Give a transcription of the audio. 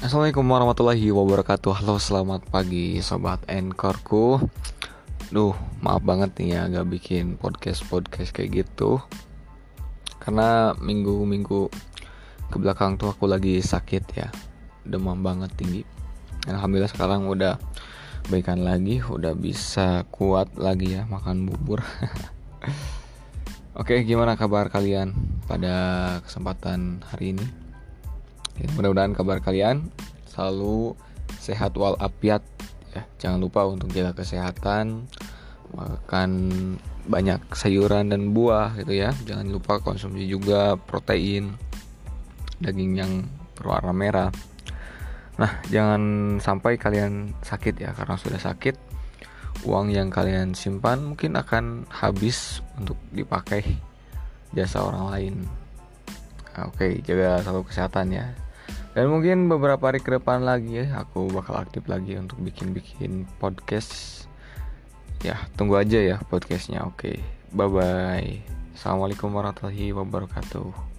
Assalamualaikum warahmatullahi wabarakatuh. Halo, selamat pagi sobat Anchorku. Maaf banget nih ya gak bikin podcast kayak gitu. Karena minggu-minggu ke belakang tuh aku lagi sakit ya. Demam banget tinggi. Alhamdulillah sekarang udah baikan lagi, udah bisa kuat lagi ya makan bubur. Oke, gimana kabar kalian pada kesempatan hari ini? Ya, mudah-mudahan kabar kalian selalu sehat walafiat ya. Jangan lupa untuk jaga kesehatan, makan banyak sayuran dan buah gitu ya. Jangan lupa konsumsi juga protein, daging yang berwarna merah. Nah, jangan sampai kalian sakit ya, karena sudah sakit uang yang kalian simpan mungkin akan habis untuk dipakai jasa orang lain. Oke, jaga selalu kesehatan ya. Dan mungkin beberapa hari ke depan lagi ya aku bakal aktif lagi untuk bikin podcast. Ya, tunggu aja ya podcastnya. Oke, bye bye. Assalamualaikum warahmatullahi wabarakatuh.